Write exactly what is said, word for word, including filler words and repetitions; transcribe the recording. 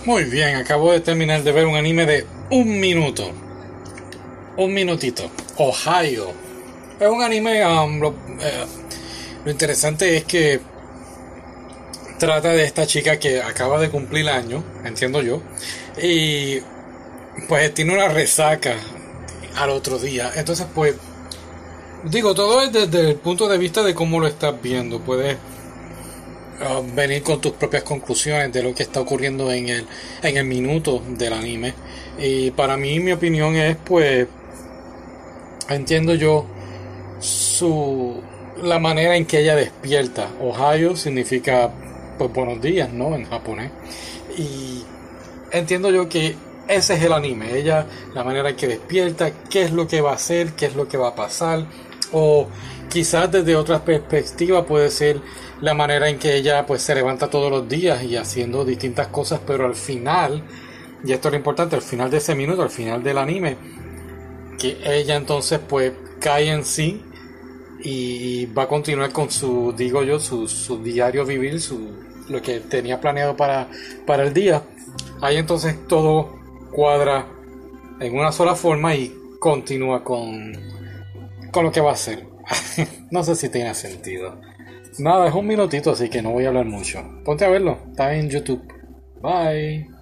Muy bien, acabo de terminar de ver un anime de un minuto. Un minutito. Ohio. Es un anime... Um, lo, eh, lo interesante es que trata de esta chica que acaba de cumplir años, entiendo yo. Y pues tiene una resaca al otro día. Entonces pues... Digo, todo es desde el punto de vista de cómo lo estás viendo. Puedes uh, venir con tus propias conclusiones de lo que está ocurriendo en el, en el minuto del anime. Y para mí, mi opinión es, pues, entiendo yo su la manera en que ella despierta. Ohio significa, pues, buenos días, ¿no? En japonés. Y entiendo yo que ese es el anime. Ella, la manera en que despierta, qué es lo que va a hacer, qué es lo que va a pasar. O quizás desde otra perspectiva puede ser la manera en que ella pues se levanta todos los días y haciendo distintas cosas, pero al final, y esto es lo importante, al final de ese minuto, al final del anime, que ella entonces pues cae en sí y va a continuar con su, digo yo, su, su diario vivir, su, lo que tenía planeado para, para el día. Ahí entonces todo cuadra en una sola forma y continúa con con lo que va a hacer. No sé si tiene sentido. Nada, es un minutito, así que no voy a hablar mucho. Ponte a verlo, está en YouTube. Bye.